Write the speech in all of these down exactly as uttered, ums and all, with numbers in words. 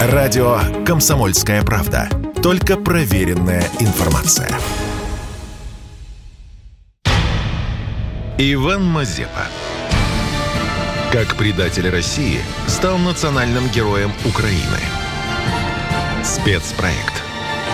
Радио «Комсомольская правда». Только проверенная информация. Иван Мазепа. Как предатель России стал национальным героем Украины. Спецпроект.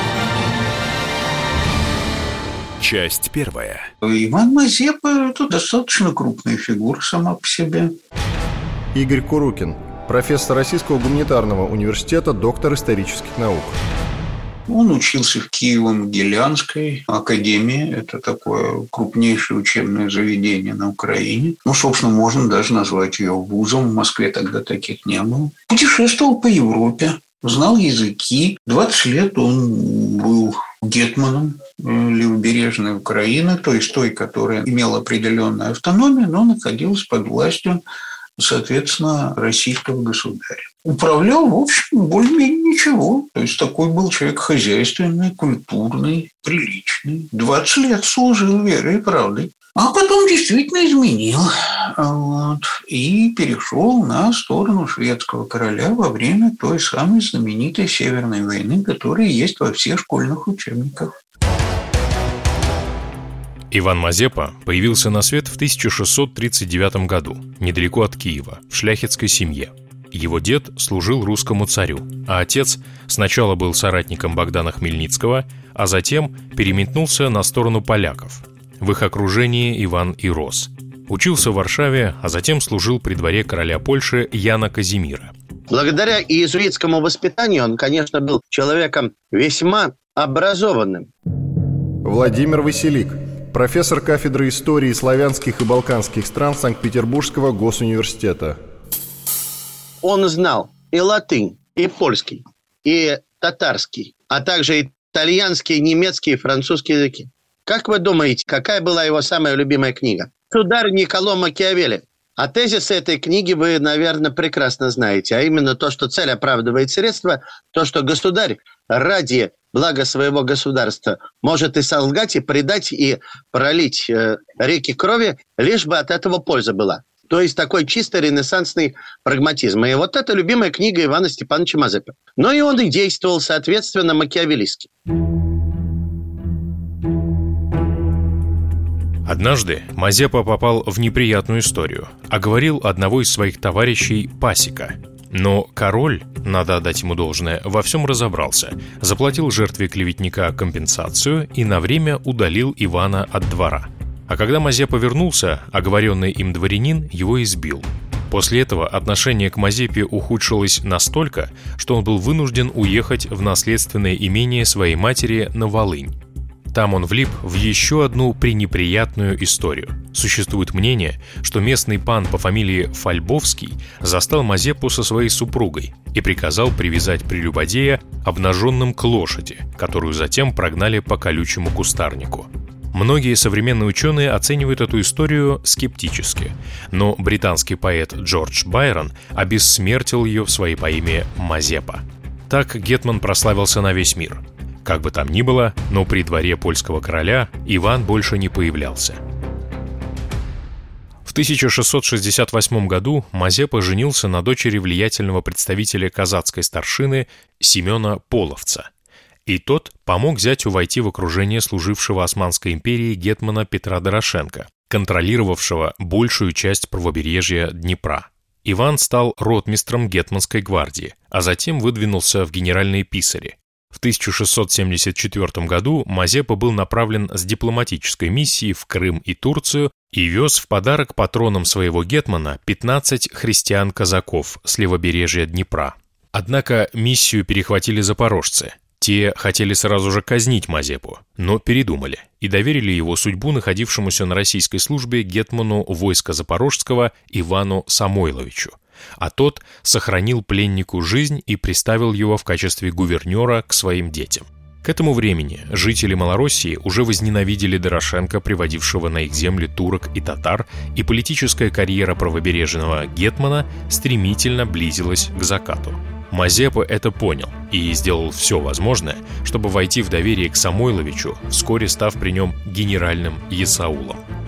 Часть первая. Иван Мазепа – это достаточно крупная фигура сама по себе. Игорь Курукин, профессор Российского гуманитарного университета, доктор исторических наук. Он учился в Киево-Могилянской академии. Это такое крупнейшее учебное заведение на Украине. Ну, собственно, можно даже назвать ее вузом. В Москве тогда таких не было. Путешествовал по Европе, знал языки. двадцать лет он был гетманом левобережной Украины, то есть той, которая имела определенную автономию, но находилась под властью, соответственно, российского государя. Управлял, в общем, более-менее ничего. То есть такой был человек хозяйственный, культурный, приличный. двадцать лет служил верой и правдой. А потом действительно изменил. Вот, и перешел на сторону шведского короля во время той самой знаменитой Северной войны, которая есть во всех школьных учебниках. Иван Мазепа появился на свет в тысяча шестьсот тридцать девятом году, недалеко от Киева, в шляхетской семье. Его дед служил русскому царю, а отец сначала был соратником Богдана Хмельницкого, а затем переметнулся на сторону поляков. В их окружении Иван и рос. Учился в Варшаве, а затем служил при дворе короля Польши Яна Казимира. Благодаря иезуитскому воспитанию он, конечно, был человеком весьма образованным. Владимир Василик, профессор кафедры истории славянских и балканских стран Санкт-Петербургского госуниверситета. Он знал и латынь, и польский, и татарский, а также итальянский, немецкий и французский языки. Как вы думаете, какая была его самая любимая книга? «Государь Никколо Макиавелли». А тезисы этой книги вы, наверное, прекрасно знаете, а именно то, что цель оправдывает средства, то, что государь ради блага своего государства может и солгать, и предать, и пролить э, реки крови, лишь бы от этого польза была. То есть такой чисто ренессансный прагматизм. И вот это любимая книга Ивана Степановича Мазепы. Но и он и действовал, соответственно, макиавеллистски. Однажды Мазепа попал в неприятную историю, оговорил одного из своих товарищей пасека. Но король, надо отдать ему должное, во всем разобрался, заплатил жертве клеветника компенсацию и на время удалил Ивана от двора. А когда Мазепа вернулся, оговоренный им дворянин его избил. После этого отношение к Мазепе ухудшилось настолько, что он был вынужден уехать в наследственное имение своей матери на Волынь. Там он влип в еще одну пренеприятную историю. Существует мнение, что местный пан по фамилии Фальбовский застал Мазепу со своей супругой и приказал привязать прелюбодея обнаженным к лошади, которую затем прогнали по колючему кустарнику. Многие современные ученые оценивают эту историю скептически, но британский поэт Джордж Байрон обессмертил ее в своей поэме «Мазепа». Так гетман прославился на весь мир. Как бы там ни было, но при дворе польского короля Иван больше не появлялся. В тысяча шестьсот шестьдесят восьмом году Мазепа женился на дочери влиятельного представителя казацкой старшины Семена Половца. И тот помог зятю войти в окружение служившего Османской империи гетмана Петра Дорошенко, контролировавшего большую часть правобережья Днепра. Иван стал ротмистром гетманской гвардии, а затем выдвинулся в генеральные писари. В тысяча шестьсот семьдесят четвёртом году Мазепа был направлен с дипломатической миссией в Крым и Турцию и вез в подарок патронам своего гетмана пятнадцать христиан-казаков с левобережья Днепра. Однако миссию перехватили запорожцы. Те хотели сразу же казнить Мазепу, но передумали и доверили его судьбу находившемуся на российской службе гетману войска Запорожского Ивану Самойловичу. А тот сохранил пленнику жизнь и приставил его в качестве гувернера к своим детям. К этому времени жители Малороссии уже возненавидели Дорошенко, приводившего на их земли турок и татар, и политическая карьера правобережного гетмана стремительно близилась к закату. Мазепа это понял и сделал все возможное, чтобы войти в доверие к Самойловичу, вскоре став при нем генеральным есаулом.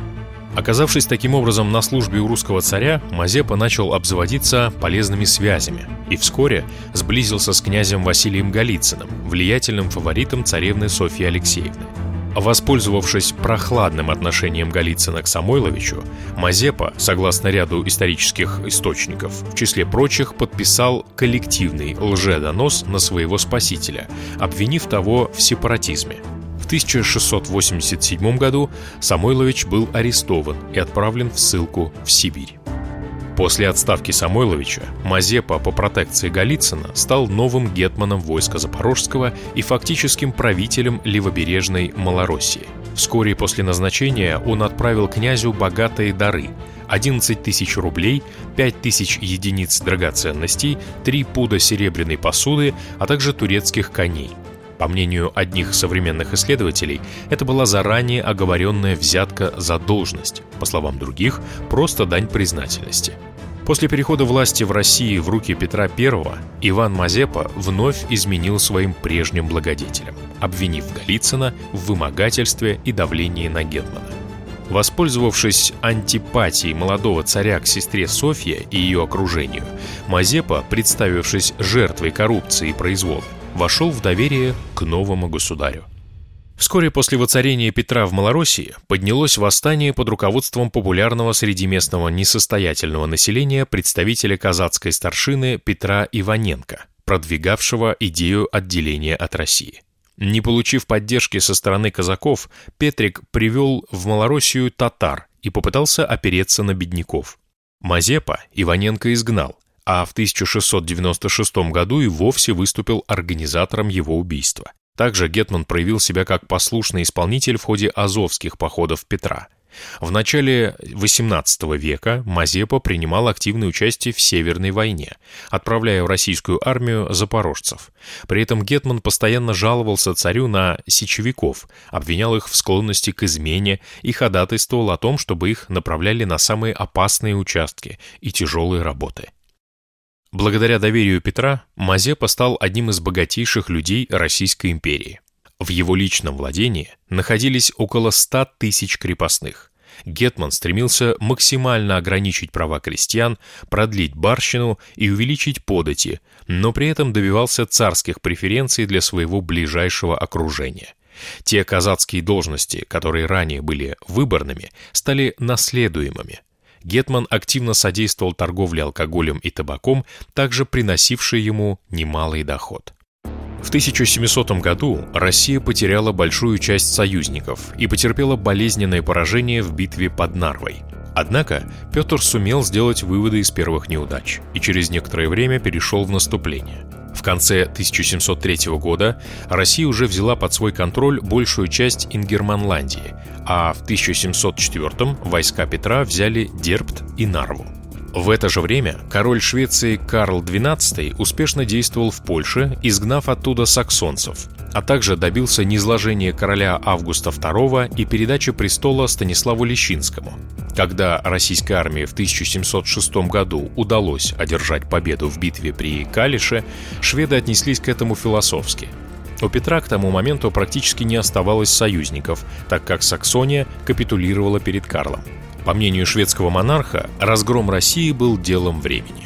Оказавшись таким образом на службе у русского царя, Мазепа начал обзаводиться полезными связями и вскоре сблизился с князем Василием Голицыным, влиятельным фаворитом царевны Софьи Алексеевны. Воспользовавшись прохладным отношением Голицына к Самойловичу, Мазепа, согласно ряду исторических источников, в числе прочих подписал коллективный лжедонос на своего спасителя, обвинив того в сепаратизме. В тысяча шестьсот восемьдесят седьмом году Самойлович был арестован и отправлен в ссылку в Сибирь. После отставки Самойловича Мазепа по протекции Голицына стал новым гетманом войска Запорожского и фактическим правителем левобережной Малороссии. Вскоре после назначения он отправил князю богатые дары – одиннадцать тысяч рублей, пять тысяч единиц драгоценностей, три пуда серебряной посуды, а также турецких коней. По мнению одних современных исследователей, это была заранее оговоренная взятка за должность, по словам других, просто дань признательности. После перехода власти в России в руки Петра Первого Иван Мазепа вновь изменил своим прежним благодетелям, обвинив Голицына в вымогательстве и давлении на гетмана. Воспользовавшись антипатией молодого царя к сестре Софье и ее окружению, Мазепа, представившись жертвой коррупции и произвола, вошел в доверие к новому государю. Вскоре после воцарения Петра в Малороссии поднялось восстание под руководством популярного среди местного несостоятельного населения представителя казацкой старшины Петра Иваненко, продвигавшего идею отделения от России. Не получив поддержки со стороны казаков, Петрик привел в Малороссию татар и попытался опереться на бедняков. Мазепа Иваненко изгнал, а в тысяча шестьсот девяносто шестом году и вовсе выступил организатором его убийства. Также гетман проявил себя как послушный исполнитель в ходе азовских походов Петра. В начале восемнадцатого века Мазепа принимал активное участие в Северной войне, отправляя в российскую армию запорожцев. При этом гетман постоянно жаловался царю на сечевиков, обвинял их в склонности к измене и ходатайствовал о том, чтобы их направляли на самые опасные участки и тяжелые работы. Благодаря доверию Петра Мазепа стал одним из богатейших людей Российской империи. В его личном владении находились около ста тысяч крепостных. Гетман стремился максимально ограничить права крестьян, продлить барщину и увеличить подати, но при этом добивался царских преференций для своего ближайшего окружения. Те казацкие должности, которые ранее были выборными, стали наследуемыми. Гетман активно содействовал торговле алкоголем и табаком, также приносившей ему немалый доход. В тысяча семисотом году Россия потеряла большую часть союзников и потерпела болезненное поражение в битве под Нарвой. Однако Петр сумел сделать выводы из первых неудач и через некоторое время перешел в наступление. В конце тысяча семьсот третьего года Россия уже взяла под свой контроль большую часть Ингерманландии, а в тысяча семьсот четвёртом войска Петра взяли Дербт и Нарву. В это же время король Швеции Карл двенадцатый успешно действовал в Польше, изгнав оттуда саксонцев, а также добился низложения короля Августа второго и передачи престола Станиславу Лещинскому. Когда российской армии в тысяча семьсот шестом году удалось одержать победу в битве при Калише, шведы отнеслись к этому философски. У Петра к тому моменту практически не оставалось союзников, так как Саксония капитулировала перед Карлом. По мнению шведского монарха, разгром России был делом времени.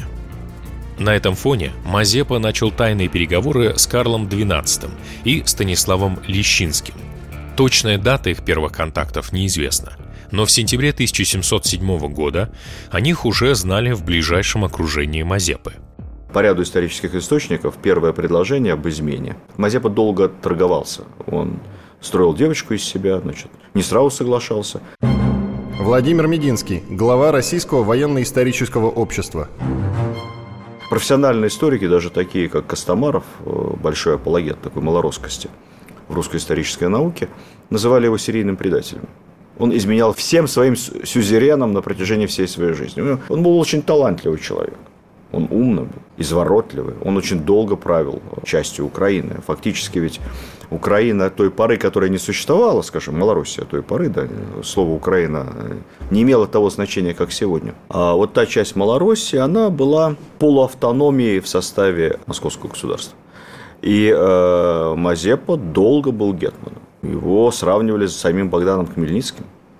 На этом фоне Мазепа начал тайные переговоры с Карлом двенадцатым и Станиславом Лещинским. Точная дата их первых контактов неизвестна, но в сентябре тысяча семьсот седьмого года о них уже знали в ближайшем окружении Мазепы. По ряду исторических источников первое предложение об измене. Мазепа долго торговался. Он строил девочку из себя, значит, не сразу соглашался. Владимир Мединский, глава Российского военно-исторического общества. Профессиональные историки, даже такие, как Костомаров, большой апологет такой малоросскости в русской исторической науке, называли его серийным предателем. Он изменял всем своим сюзеренам на протяжении всей своей жизни. Он был очень талантливый человек. Он умный был, изворотливый. Он очень долго правил частью Украины. Фактически ведь Украина той поры, которая не существовала, скажем, Малороссия той поры, да, слово «Украина» не имело того значения, как сегодня. А вот та часть Малороссии, она была полуавтономией в составе Московского государства. И э, Мазепа долго был гетманом. Его сравнивали с самим Богданом Хмельницким.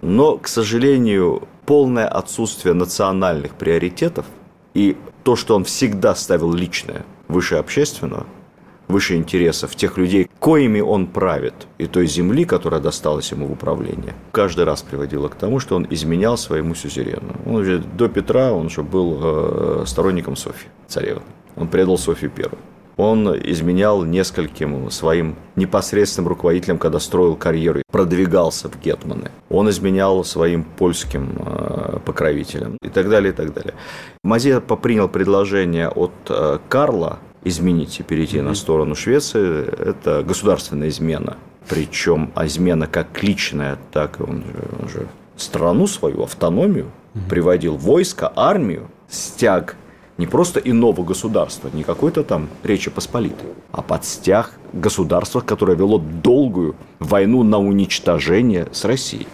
Но, к сожалению, полное отсутствие национальных приоритетов и то, что он всегда ставил личное выше общественного, выше интересов тех людей, коими он правит, и той земли, которая досталась ему в управление, каждый раз приводило к тому, что он изменял своему сюзерену. Он уже до Петра он уже был сторонником Софьи царевны. Он предал Софью первую. Он изменял нескольким своим непосредственным руководителям, когда строил карьеру, продвигался в гетманы. Он изменял своим польским э, покровителям и так далее, и так далее. Мазепа принял предложение от э, Карла изменить и перейти mm-hmm. на сторону Швеции. Это государственная измена. Причем измена как личная, так и он же, он же страну свою, автономию, mm-hmm. приводил войско, армию, стяг не просто иного государства, не какой-то там Речи Посполитой, а под стяг государства, которое вело долгую войну на уничтожение с Россией.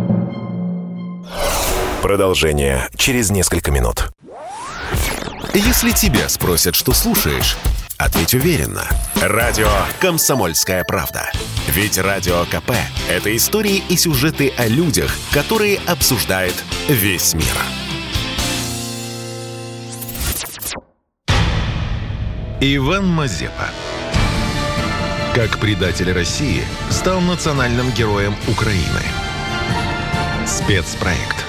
Продолжение через несколько минут. Если тебя спросят, что слушаешь, ответь уверенно. Радио «Комсомольская правда». Ведь Радио КП – это истории и сюжеты о людях, которые обсуждает весь мир. Иван Мазепа. Как предатель России стал национальным героем Украины. Спецпроект.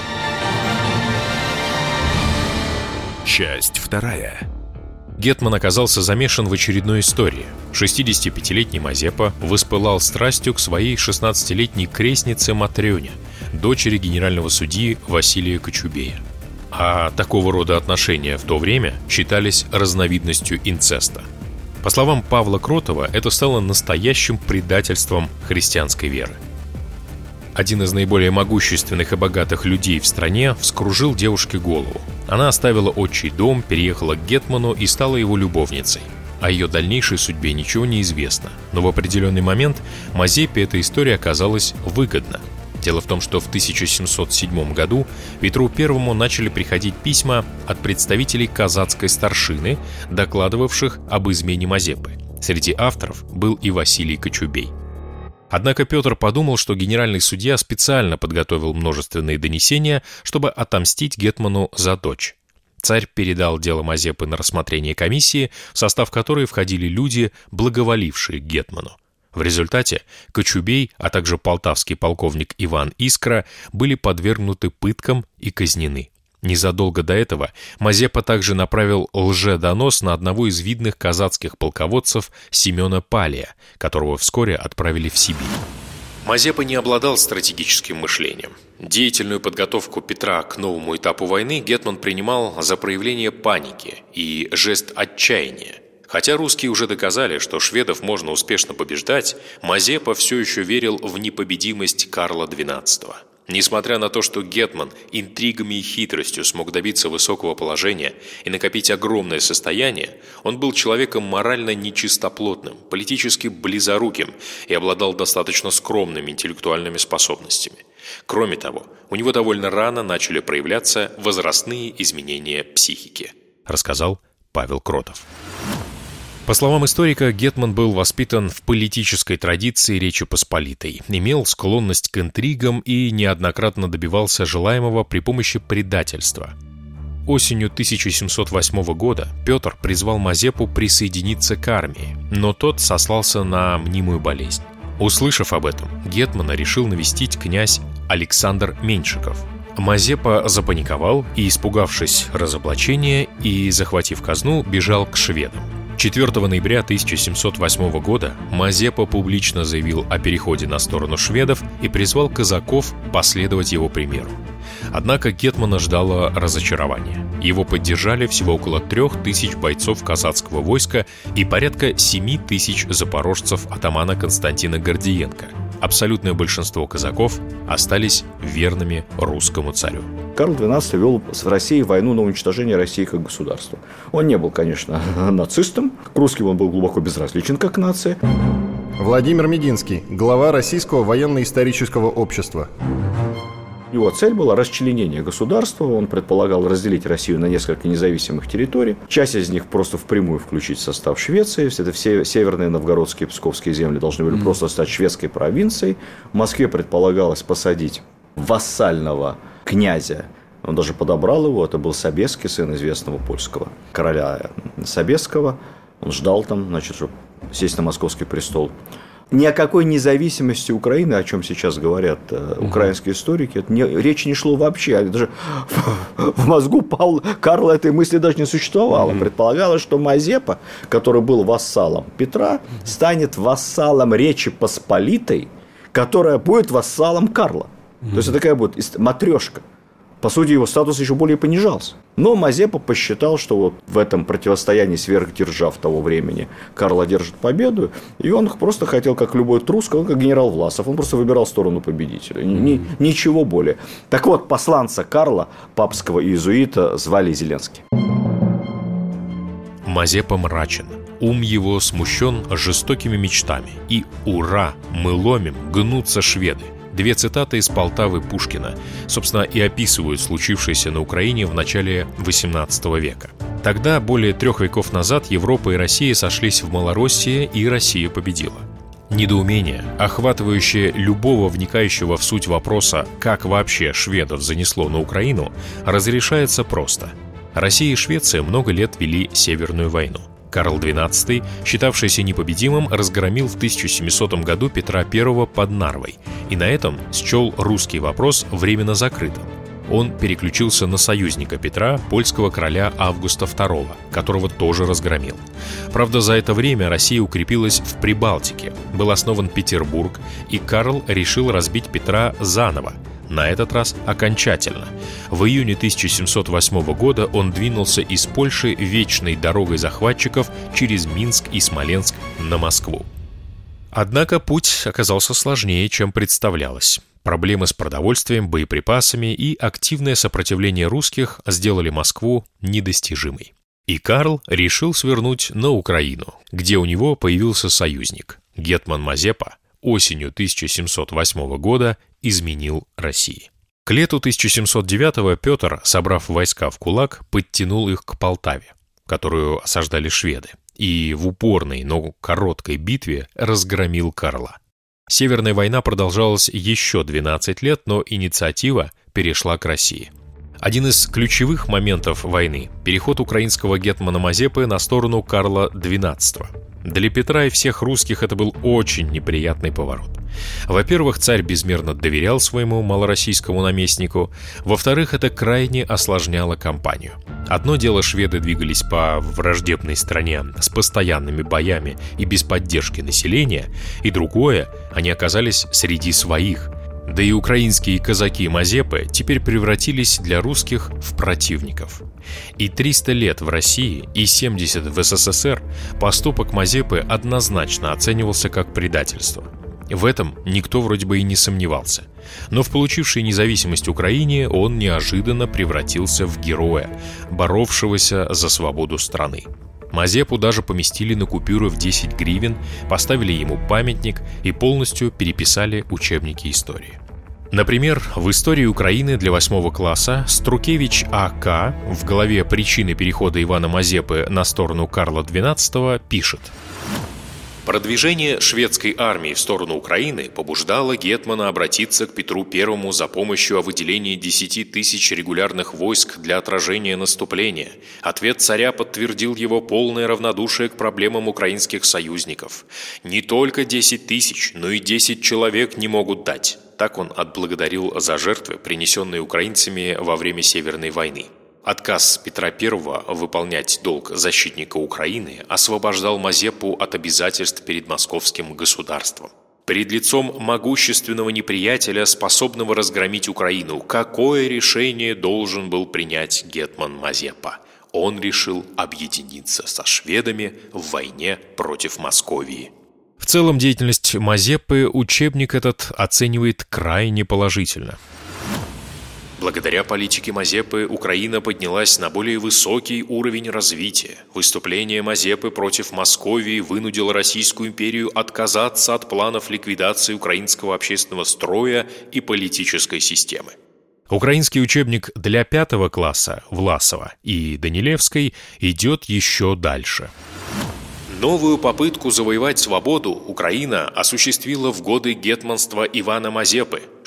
Часть вторая. Гетман оказался замешан в очередной истории. шестидесятипятилетний Мазепа воспылал страстью к своей шестнадцатилетней крестнице Матрёне, дочери генерального судьи Василия Кочубея. А такого рода отношения в то время считались разновидностью инцеста. По словам Павла Кротова, это стало настоящим предательством христианской веры. Один из наиболее могущественных и богатых людей в стране вскружил девушке голову. Она оставила отчий дом, переехала к гетману и стала его любовницей. О ее дальнейшей судьбе ничего не известно, но в определенный момент Мазепе эта история оказалась выгодна. Дело в том, что в тысяча семьсот седьмом году Петру Первому начали приходить письма от представителей казацкой старшины, докладывавших об измене Мазепы. Среди авторов был и Василий Кочубей. Однако Петр подумал, что генеральный судья специально подготовил множественные донесения, чтобы отомстить гетману за дочь. Царь передал дело Мазепы на рассмотрение комиссии, в состав которой входили люди, благоволившие к гетману. В результате Кочубей, а также полтавский полковник Иван Искра были подвергнуты пыткам и казнены. Незадолго до этого Мазепа также направил лжедонос на одного из видных казацких полководцев Семена Палия, которого вскоре отправили в Сибирь. Мазепа не обладал стратегическим мышлением. Деятельную подготовку Петра к новому этапу войны гетман принимал за проявление паники и жест отчаяния. Хотя русские уже доказали, что шведов можно успешно побеждать, Мазепа все еще верил в непобедимость Карла двенадцатого. Несмотря на то, что гетман интригами и хитростью смог добиться высокого положения и накопить огромное состояние, он был человеком морально нечистоплотным, политически близоруким и обладал достаточно скромными интеллектуальными способностями. Кроме того, у него довольно рано начали проявляться возрастные изменения психики, рассказал Павел Кротов. По словам историка, гетман был воспитан в политической традиции Речи Посполитой, имел склонность к интригам и неоднократно добивался желаемого при помощи предательства. Осенью тысяча семьсот восьмого года Петр призвал Мазепу присоединиться к армии, но тот сослался на мнимую болезнь. Услышав об этом, гетмана решил навестить князь Александр Меньшиков. Мазепа запаниковал и, испугавшись разоблачения и захватив казну, бежал к шведам. четвёртого ноября тысяча семьсот восьмого года Мазепа публично заявил о переходе на сторону шведов и призвал казаков последовать его примеру. Однако гетмана ждало разочарование. Его поддержали всего около трех тысяч бойцов казацкого войска и порядка семи тысяч запорожцев атамана Константина Гордиенко. Абсолютное большинство казаков остались верными русскому царю. Карл двенадцатый вел в России войну на уничтожение России как государства. Он не был, конечно, нацистом. К русским он был глубоко безразличен как к нации. Владимир Мединский, глава Российского военно-исторического общества. Его цель была расчленение государства. Он предполагал разделить Россию на несколько независимых территорий. Часть из них просто впрямую включить в состав Швеции. Это все северные новгородские и псковские земли должны были mm. просто стать шведской провинцией. В Москве предполагалось посадить вассального князя. Он даже подобрал его, это был Собеский, сын известного польского короля Собесского. Он ждал там, значит, чтобы сесть на московский престол. Ни о какой независимости Украины, о чем сейчас говорят э, украинские историки, это не, речи не шло вообще. Даже в, в мозгу Павла, Карла этой мысли даже не существовало. Mm-hmm. Предполагалось, что Мазепа, который был вассалом Петра, станет вассалом Речи Посполитой, которая будет вассалом Карла. Mm-hmm. То есть это такая будет матрешка. По сути, его статус еще более понижался. Но Мазепа посчитал, что вот в этом противостоянии сверхдержав того времени Карл одержит победу, и он просто хотел, как любой трус, как генерал Власов, он просто выбирал сторону победителя. Ни, ничего более. Так вот, посланца Карла, папского иезуита, звали Зеленский. Мазепа мрачен, ум его смущен жестокими мечтами. И «Ура! Мы ломим! Гнутся шведы!» Две цитаты из Полтавы Пушкина, собственно, и описывают случившееся на Украине в начале восемнадцатого века. Тогда, более трех веков назад, Европа и Россия сошлись в Малороссии, и Россия победила. Недоумение, охватывающее любого вникающего в суть вопроса, как вообще шведов занесло на Украину, разрешается просто. Россия и Швеция много лет вели Северную войну. Карл двенадцатый, считавшийся непобедимым, разгромил в тысяча семисотом году Петра Первого под Нарвой и на этом счел русский вопрос временно закрытым. Он переключился на союзника Петра, польского короля Августа Второго, которого тоже разгромил. Правда, за это время Россия укрепилась в Прибалтике, был основан Петербург, и Карл решил разбить Петра заново, на этот раз окончательно. В июне тысяча семьсот восьмого года он двинулся из Польши вечной дорогой захватчиков через Минск и Смоленск на Москву. Однако путь оказался сложнее, чем представлялось. Проблемы с продовольствием, боеприпасами и активное сопротивление русских сделали Москву недостижимой. И Карл решил свернуть на Украину, где у него появился союзник. Гетман Мазепа осенью тысяча семьсот восьмого года изменил России. К лету тысяча семьсот девятого Петр, собрав войска в кулак, подтянул их к Полтаве, которую осаждали шведы, и в упорной, но короткой битве разгромил Карла. Северная война продолжалась еще двенадцать лет, но инициатива перешла к России. Один из ключевых моментов войны – переход украинского гетмана Мазепы на сторону Карла двенадцатого. Для Петра и всех русских это был очень неприятный поворот. Во-первых, царь безмерно доверял своему малороссийскому наместнику. Во-вторых, это крайне осложняло кампанию. Одно дело, шведы двигались по враждебной стране с постоянными боями и без поддержки населения, и другое, они оказались среди своих. Да и украинские казаки Мазепы теперь превратились для русских в противников. И триста лет в России, и семьдесят в СССР поступок Мазепы однозначно оценивался как предательство. В этом никто вроде бы и не сомневался. Но в получившей независимость Украине он неожиданно превратился в героя, боровшегося за свободу страны. Мазепу даже поместили на купюры в десять гривен, поставили ему памятник и полностью переписали учебники истории. Например, в истории Украины для восьмого класса Струкевич А К в главе «Причины перехода Ивана Мазепы на сторону Карла двенадцатого» пишет: «Продвижение шведской армии в сторону Украины побуждало гетмана обратиться к Петру Первому за помощью о выделении десяти тысяч регулярных войск для отражения наступления. Ответ царя подтвердил его полное равнодушие к проблемам украинских союзников. Не только десять тысяч, но и десять человек не могут дать». Так он отблагодарил за жертвы, принесенные украинцами во время Северной войны. Отказ Петра Первого выполнять долг защитника Украины освобождал Мазепу от обязательств перед московским государством. Перед лицом могущественного неприятеля, способного разгромить Украину, какое решение должен был принять гетман Мазепа? Он решил объединиться со шведами в войне против Московии. В целом, деятельность Мазепы учебник этот оценивает крайне положительно. Благодаря политике Мазепы Украина поднялась на более высокий уровень развития. Выступление Мазепы против Московии вынудило Российскую империю отказаться от планов ликвидации украинского общественного строя и политической системы. Украинский учебник для пятого класса Власова и Данилевской идет еще дальше. Новую попытку завоевать свободу Украина осуществила в годы гетманства Ивана Мазепы,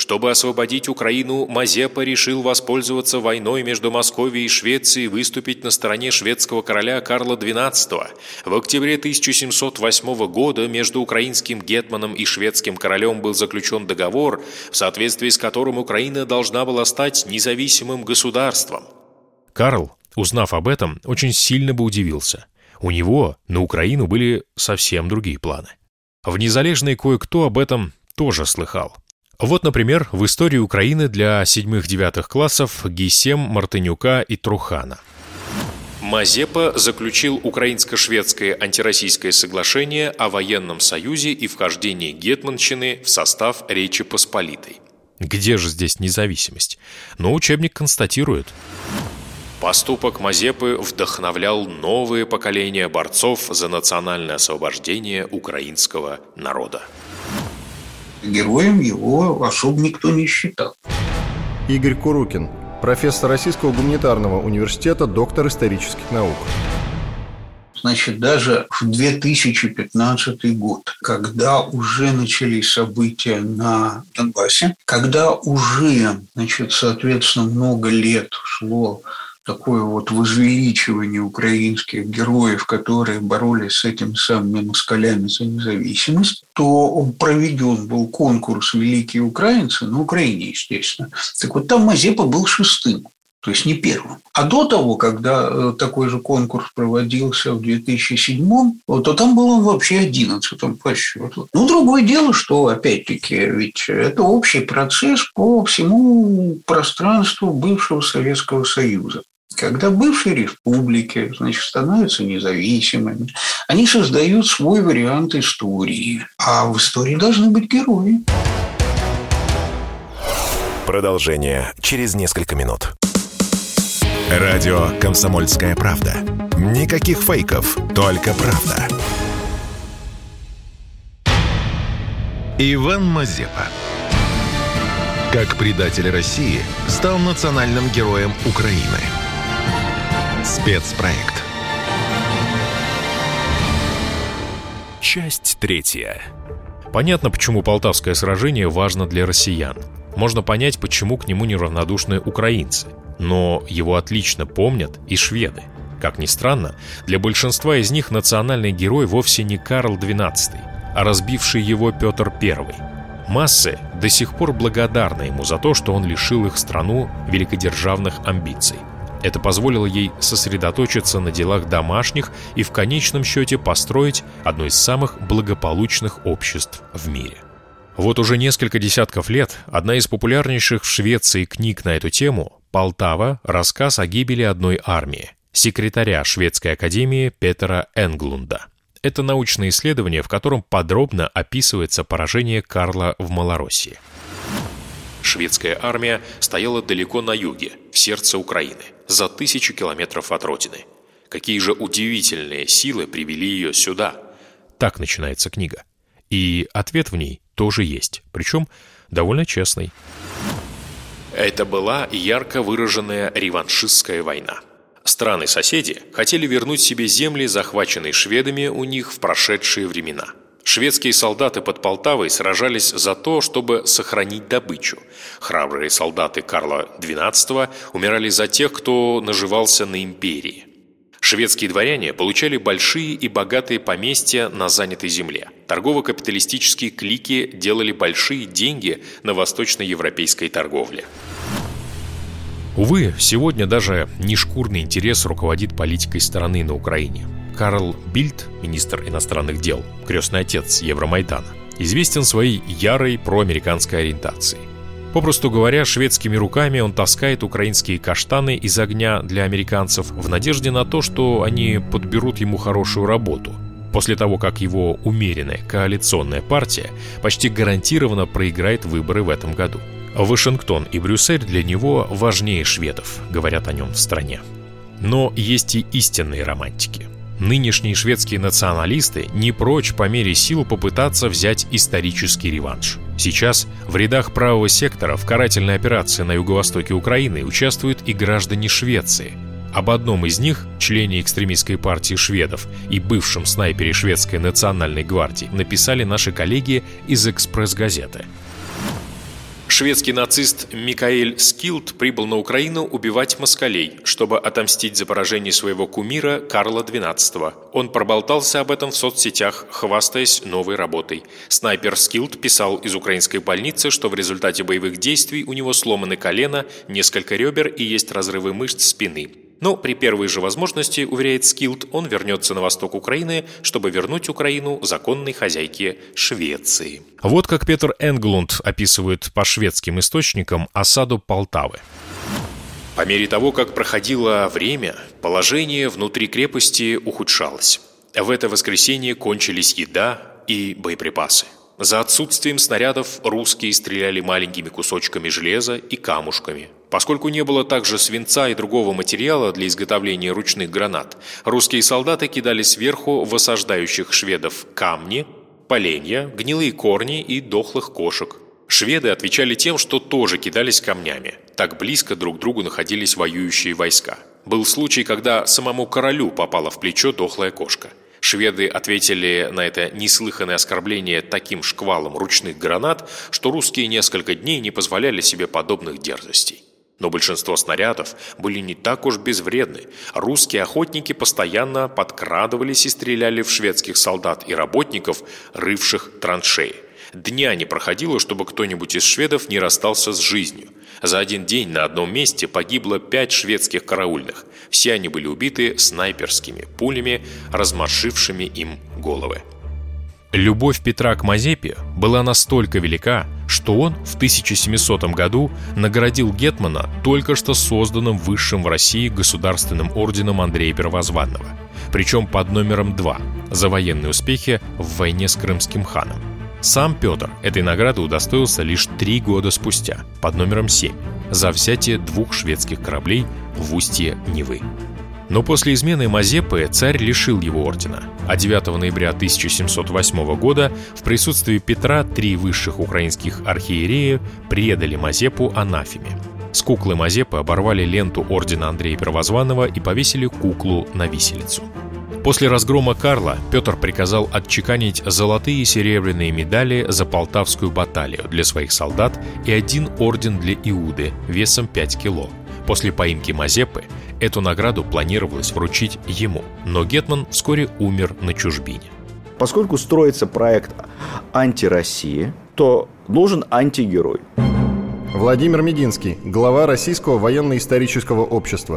Чтобы освободить Украину, Мазепа решил воспользоваться войной между Московией и Швецией и выступить на стороне шведского короля Карла двенадцатого. В октябре тысяча семьсот восьмого года между украинским гетманом и шведским королем был заключен договор, в соответствии с которым Украина должна была стать независимым государством. Карл, узнав об этом, очень сильно бы удивился. У него на Украину были совсем другие планы. В Незалежной кое-кто об этом тоже слыхал. Вот, например, в истории Украины для седьмых-девятых классов Гисем, Мартынюка и Трухана. Мазепа заключил украинско-шведское антироссийское соглашение о военном союзе и вхождении гетманщины в состав Речи Посполитой. Где же здесь независимость? Но учебник констатирует. Поступок Мазепы вдохновлял новые поколения борцов за национальное освобождение украинского народа. Героем его особо никто не считал. Игорь Курукин, профессор Российского гуманитарного университета, доктор исторических наук. Значит, даже в две тысячи пятнадцатый год, когда уже начались события на Донбассе, когда уже, значит, соответственно, много лет шло такое вот возвеличивание украинских героев, которые боролись с этими самыми москалями за независимость, то проведен был конкурс «Великие украинцы» на Украине, естественно. Так вот там Мазепа был шестым, то есть не первым. А до того, когда такой же конкурс проводился в две тысячи седьмом, то там был он вообще одиннадцатым по счету. Ну, другое дело, что, опять-таки, ведь это общий процесс по всему пространству бывшего Советского Союза. Когда бывшие республики, значит, становятся независимыми, они создают свой вариант истории. А в истории должны быть герои. Продолжение через несколько минут. Радио «Комсомольская правда». Никаких фейков, только правда. Иван Мазепа. Как предатель России стал национальным героем Украины. Спецпроект. Часть третья. Понятно, почему Полтавское сражение важно для россиян. Можно понять, почему к нему неравнодушны украинцы. Но его отлично помнят и шведы. Как ни странно, для большинства из них национальный герой вовсе не Карл двенадцатый, а разбивший его Петр Первый. Массы до сих пор благодарны ему за то, что он лишил их страну великодержавных амбиций. Это позволило ей сосредоточиться на делах домашних и в конечном счете построить одно из самых благополучных обществ в мире. Вот уже несколько десятков лет одна из популярнейших в Швеции книг на эту тему «Полтава. Рассказ о гибели одной армии» секретаря Шведской академии Петера Энглунда. Это научное исследование, в котором подробно описывается поражение Карла в Малороссии. Шведская армия стояла далеко на юге, в сердце Украины, за тысячу километров от родины. Какие же удивительные силы привели ее сюда? Так начинается книга. И ответ в ней тоже есть, причем довольно честный. Это была ярко выраженная реваншистская война. Страны-соседи хотели вернуть себе земли, захваченные шведами у них в прошедшие времена. Шведские солдаты под Полтавой сражались за то, чтобы сохранить добычу. Храбрые солдаты Карла двенадцатого умирали за тех, кто наживался на империи. Шведские дворяне получали большие и богатые поместья на занятой земле. Торгово-капиталистические клики делали большие деньги на восточноевропейской торговле. Увы, сегодня даже не шкурный интерес руководит политикой страны на Украине. Карл Бильд, министр иностранных дел, крестный отец Евромайдана, известен своей ярой проамериканской ориентацией. Попросту говоря, шведскими руками он таскает украинские каштаны из огня для американцев в надежде на то, что они подберут ему хорошую работу, после того, как его умеренная коалиционная партия почти гарантированно проиграет выборы в этом году. Вашингтон и Брюссель для него важнее шведов, говорят о нем в стране. Но есть и истинные романтики. Нынешние шведские националисты не прочь по мере сил попытаться взять исторический реванш. Сейчас в рядах правого сектора в карательной операции на юго-востоке Украины участвуют и граждане Швеции. Об одном из них, члене экстремистской партии шведов и бывшем снайпере шведской национальной гвардии, написали наши коллеги из «Экспресс-газеты». Шведский нацист Микаэль Скилд прибыл на Украину убивать москалей, чтобы отомстить за поражение своего кумира Карла двенадцатого. Он проболтался об этом в соцсетях, хвастаясь новой работой. Снайпер Скилд писал из украинской больницы, что в результате боевых действий у него сломаны колено, несколько ребер и есть разрывы мышц спины. Но при первой же возможности, уверяет Скилд, он вернется на восток Украины, чтобы вернуть Украину законной хозяйке Швеции. Вот как Петр Энглунд описывает по шведским источникам осаду Полтавы. По мере того, как проходило время, положение внутри крепости ухудшалось. В это воскресенье кончились еда и боеприпасы. За отсутствием снарядов русские стреляли маленькими кусочками железа и камушками. Поскольку не было также свинца и другого материала для изготовления ручных гранат, русские солдаты кидали сверху в осаждающих шведов камни, поленья, гнилые корни и дохлых кошек. Шведы отвечали тем, что тоже кидались камнями. Так близко друг к другу находились воюющие войска. Был случай, когда самому королю попала в плечо дохлая кошка. Шведы ответили на это неслыханное оскорбление таким шквалом ручных гранат, что русские несколько дней не позволяли себе подобных дерзостей. Но большинство снарядов были не так уж безвредны. Русские охотники постоянно подкрадывались и стреляли в шведских солдат и работников, рывших траншеи. Дня не проходило, чтобы кто-нибудь из шведов не расстался с жизнью. За один день на одном месте погибло пять шведских караульных. Все они были убиты снайперскими пулями, разморшившими им головы. Любовь Петра к Мазепе была настолько велика, что он в тысяча семисотом году наградил гетмана только что созданным высшим в России государственным орденом Андрея Первозванного, причем под номером два за военные успехи в войне с крымским ханом. Сам Петр этой награды удостоился лишь три года спустя, под номером семь, за взятие двух шведских кораблей в устье Невы. Но после измены Мазепы царь лишил его ордена, а девятого ноября тысяча семьсот восьмого года в присутствии Петра три высших украинских архиерея предали Мазепу анафеме. С куклы Мазепы оборвали ленту ордена Андрея Первозванного и повесили куклу на виселицу. После разгрома Карла Петр приказал отчеканить золотые и серебряные медали за Полтавскую баталию для своих солдат и один орден для Иуды весом пять кило. После поимки Мазепы эту награду планировалось вручить ему, но гетман вскоре умер на чужбине. Поскольку строится проект антироссии, то нужен антигерой. Владимир Мединский, глава Российского военно-исторического общества.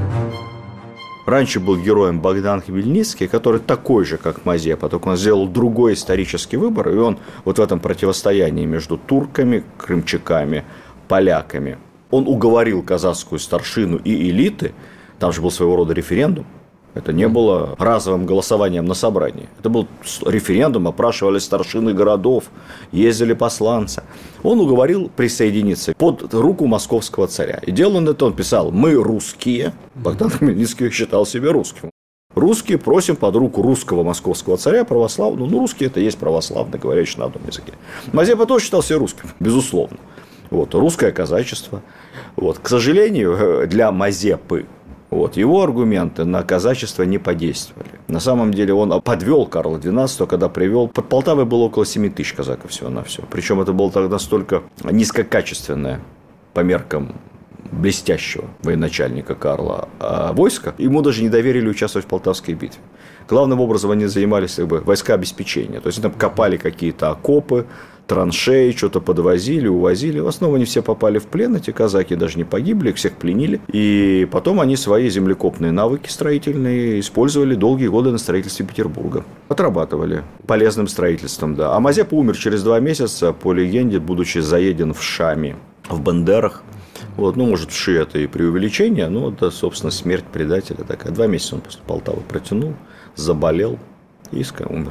Раньше был героем Богдан Хмельницкий, который такой же, как Мазепа, только он сделал другой исторический выбор, и он вот в этом противостоянии между турками, крымчаками, поляками, он уговорил казацкую старшину и элиты, там же был своего рода референдум, это не было разовым голосованием на собрании. Это был референдум, опрашивали старшины городов, ездили посланцы. Он уговорил присоединиться под руку московского царя. И делал он это, он писал: «Мы русские». Богдан Хмельницкий считал себя русским. Русские просим под руку русского московского царя православного. Ну, русские – это есть православный, говорящий на одном языке. Мазепа тоже считал себя русским, безусловно. Вот, русское казачество. Вот. К сожалению, для Мазепы вот, его аргументы на казачество не подействовали. На самом деле он подвел Карла двенадцатого, когда привел. Под Полтавой было около семи тысяч казаков всего-навсего. Причем это было тогда столько низкокачественное по меркам блестящего военачальника Карла а войска. Ему даже не доверили участвовать в Полтавской битве. Главным образом они занимались как бы, войска обеспечения. То есть там копали какие-то окопы, траншеи, что-то подвозили, увозили. В основном они все попали в плен, эти казаки даже не погибли, их всех пленили. И потом они свои землекопные навыки строительные использовали долгие годы на строительстве Петербурга. Отрабатывали полезным строительством, да. А Мазепа умер через два месяца, по легенде, будучи заеден в Шами, в Бендерах. Вот, ну, может, в Ши это и преувеличение, но это, собственно, смерть предателя такая. Два месяца он после Полтавы протянул, заболел и умер.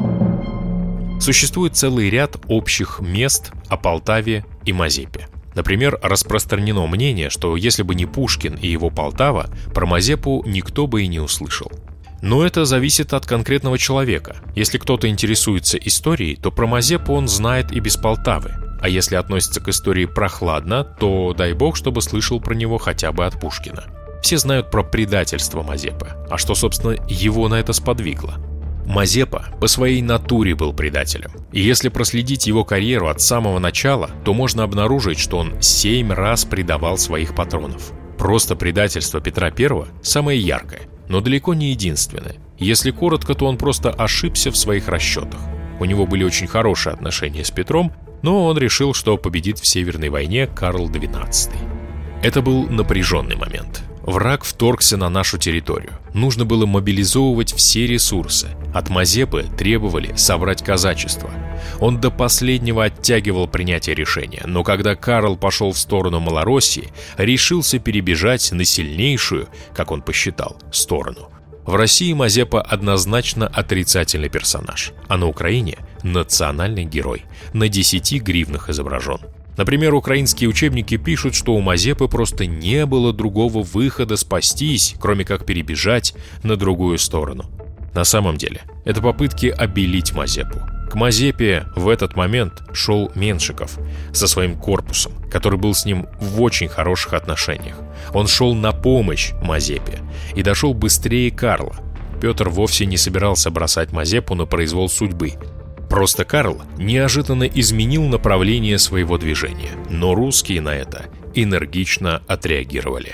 Существует целый ряд общих мест о Полтаве и Мазепе. Например, распространено мнение, что если бы не Пушкин и его Полтава, про Мазепу никто бы и не услышал. Но это зависит от конкретного человека. Если кто-то интересуется историей, то про Мазепу он знает и без Полтавы. А если относится к истории прохладно, то дай бог, чтобы слышал про него хотя бы от Пушкина. Все знают про предательство Мазепы. А что, собственно, его на это сподвигло? Мазепа по своей натуре был предателем. И если проследить его карьеру от самого начала, то можно обнаружить, что он семь раз предавал своих патронов. Просто предательство Петра Первого самое яркое, но далеко не единственное. Если коротко, то он просто ошибся в своих расчетах. У него были очень хорошие отношения с Петром, но он решил, что победит в Северной войне Карл двенадцатый. Это был напряженный момент. Враг вторгся на нашу территорию. Нужно было мобилизовывать все ресурсы. От Мазепы требовали собрать казачество. Он до последнего оттягивал принятие решения, но когда Карл пошел в сторону Малороссии, решился перебежать на сильнейшую, как он посчитал, сторону. В России Мазепа однозначно отрицательный персонаж, а на Украине – национальный герой, на десяти гривнах изображен. Например, украинские учебники пишут, что у Мазепы просто не было другого выхода спастись, кроме как перебежать на другую сторону. На самом деле, это попытки обелить Мазепу. К Мазепе в этот момент шел Меншиков со своим корпусом, который был с ним в очень хороших отношениях. Он шел на помощь Мазепе и дошел быстрее Карла. Петр вовсе не собирался бросать Мазепу на произвол судьбы. Просто Карл неожиданно изменил направление своего движения, но русские на это энергично отреагировали.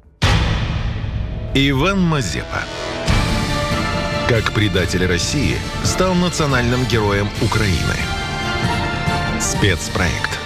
Иван Мазепа. Как предатель России стал национальным героем Украины. Спецпроект.